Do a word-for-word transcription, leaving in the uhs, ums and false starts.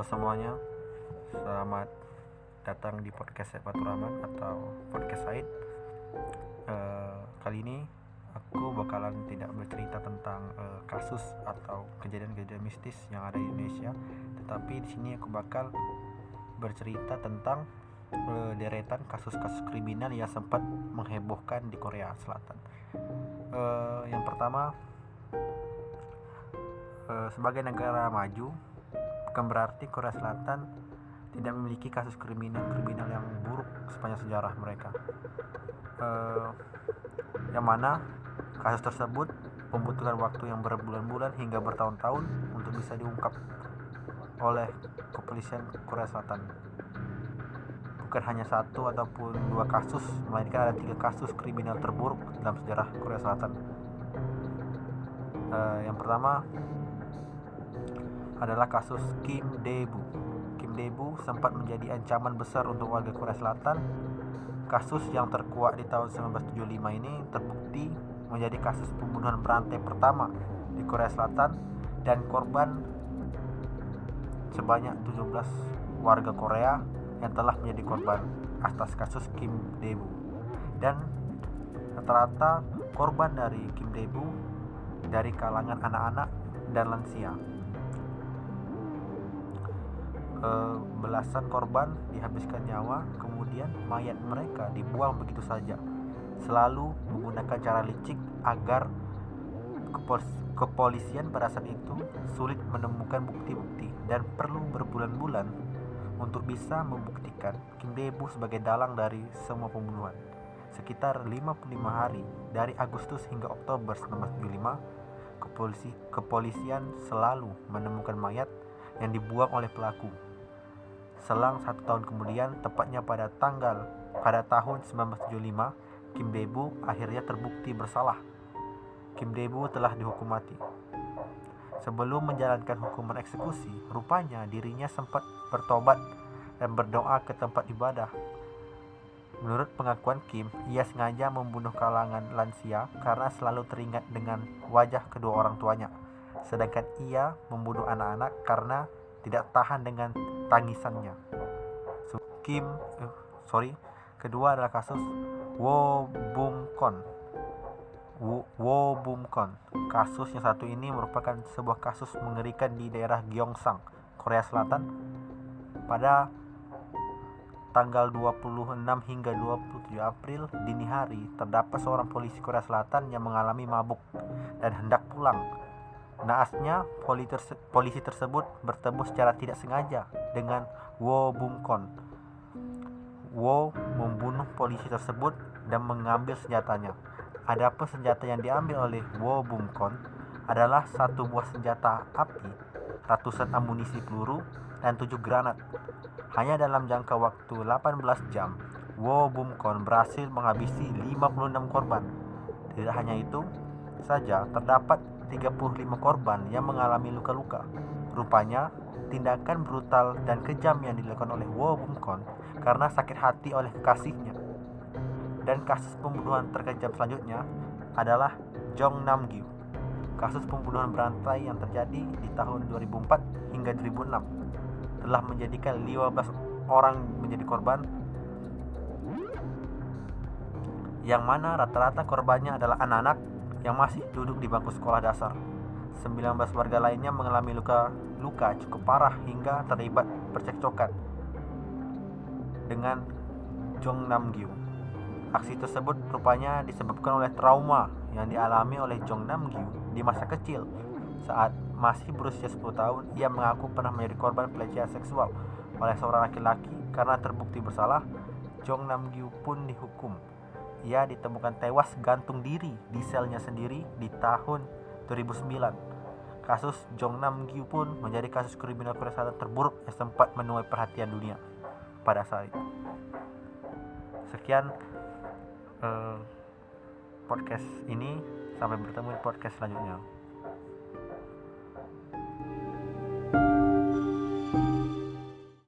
semuanya, selamat datang di podcast Fatur Rahman atau podcast Said. Uh, kali ini aku bakalan tidak bercerita tentang uh, kasus atau kejadian-kejadian mistis yang ada di Indonesia, tetapi di sini aku bakal bercerita tentang uh, deretan kasus-kasus kriminal yang sempat menghebohkan di Korea Selatan. Uh, yang pertama, uh, sebagai negara maju, bukan berarti Korea Selatan tidak memiliki kasus kriminal-kriminal yang buruk sepanjang sejarah mereka. Uh, yang mana kasus tersebut membutuhkan waktu yang berbulan-bulan hingga bertahun-tahun untuk bisa diungkap oleh kepolisian Korea Selatan. Bukan hanya satu ataupun dua kasus, melainkan ada tiga kasus kriminal terburuk dalam sejarah Korea Selatan. Uh, yang pertama adalah kasus Kim Dae-bu. Kim Dae-bu sempat menjadi ancaman besar untuk warga Korea Selatan. Kasus yang terkuak di tahun sembilan belas tujuh puluh lima ini terbukti menjadi kasus pembunuhan berantai pertama di Korea Selatan, dan korban sebanyak tujuh belas warga Korea yang telah menjadi korban atas kasus Kim Dae-bu. Dan rata-rata korban dari Kim Dae-bu dari kalangan anak-anak dan lansia. Belasan korban dihabiskan nyawa, kemudian mayat mereka dibuang begitu saja, selalu menggunakan cara licik agar kepolisian pada saat itu sulit menemukan bukti-bukti dan perlu berbulan-bulan untuk bisa membuktikan Kim Dae-bu sebagai dalang dari semua pembunuhan. Sekitar lima puluh lima hari dari Agustus hingga Oktober seribu sembilan ratus tujuh puluh lima, kepolisi, kepolisian selalu menemukan mayat yang dibuang oleh pelaku. Selang satu tahun kemudian, tepatnya pada tanggal pada tahun sembilan belas tujuh puluh lima, Kim Dae-bu akhirnya terbukti bersalah. Kim Dae-bu telah dihukum mati. Sebelum menjalankan hukuman eksekusi, rupanya dirinya sempat bertobat dan berdoa ke tempat ibadah. Menurut pengakuan Kim, ia sengaja membunuh kalangan lansia karena selalu teringat dengan wajah kedua orang tuanya, sedangkan ia membunuh anak-anak karena tidak tahan dengan tangisannya. So, Kim, eh, sorry. Kedua adalah kasus Wo Bum-kon. Wo, Wo Bum-kon. Kasus yang satu ini merupakan sebuah kasus mengerikan di daerah Gyeongsang, Korea Selatan. Pada tanggal dua puluh enam hingga dua puluh tujuh April dini hari, terdapat seorang polisi Korea Selatan yang mengalami mabuk dan hendak pulang. Naasnya, polisi tersebut bertemu secara tidak sengaja dengan Wo Bum-kon. Wo membunuh polisi tersebut dan mengambil senjatanya. Adapun senjata yang diambil oleh Wo Bum-kon adalah satu buah senjata api, ratusan amunisi peluru, dan tujuh granat. Hanya dalam jangka waktu delapan belas jam, Wo Bum-kon berhasil menghabisi lima puluh enam korban. Tidak hanya itu saja, terdapat tiga puluh lima korban yang mengalami luka-luka. Rupanya, tindakan brutal dan kejam yang dilakukan oleh Wo Bum-kon karena sakit hati oleh kekasihnya. Dan kasus pembunuhan terkejam selanjutnya adalah Jong Nam-gyu. Kasus pembunuhan berantai yang terjadi di tahun dua ribu empat hingga dua ribu enam telah menjadikan lima belas orang menjadi korban, yang mana rata-rata korbannya adalah anak-anak yang masih duduk di bangku sekolah dasar. sembilan belas warga lainnya mengalami luka-luka cukup parah hingga terlibat percekcokan dengan Jong Nam-gyu. Aksi tersebut rupanya disebabkan oleh trauma yang dialami oleh Jong Nam-gyu di masa kecil. Saat masih berusia sepuluh tahun, ia mengaku pernah menjadi korban pelecehan seksual oleh seorang laki-laki. Karena terbukti bersalah, Jong Nam-gyu pun dihukum. Ia ditemukan tewas gantung diri di selnya sendiri di tahun dua ribu sembilan. Kasus Jong Nam-gyu pun menjadi kasus kriminal Korea Selatan terburuk yang sempat menuai perhatian dunia pada saat itu. Sekian eh, podcast ini, sampai bertemu di podcast selanjutnya.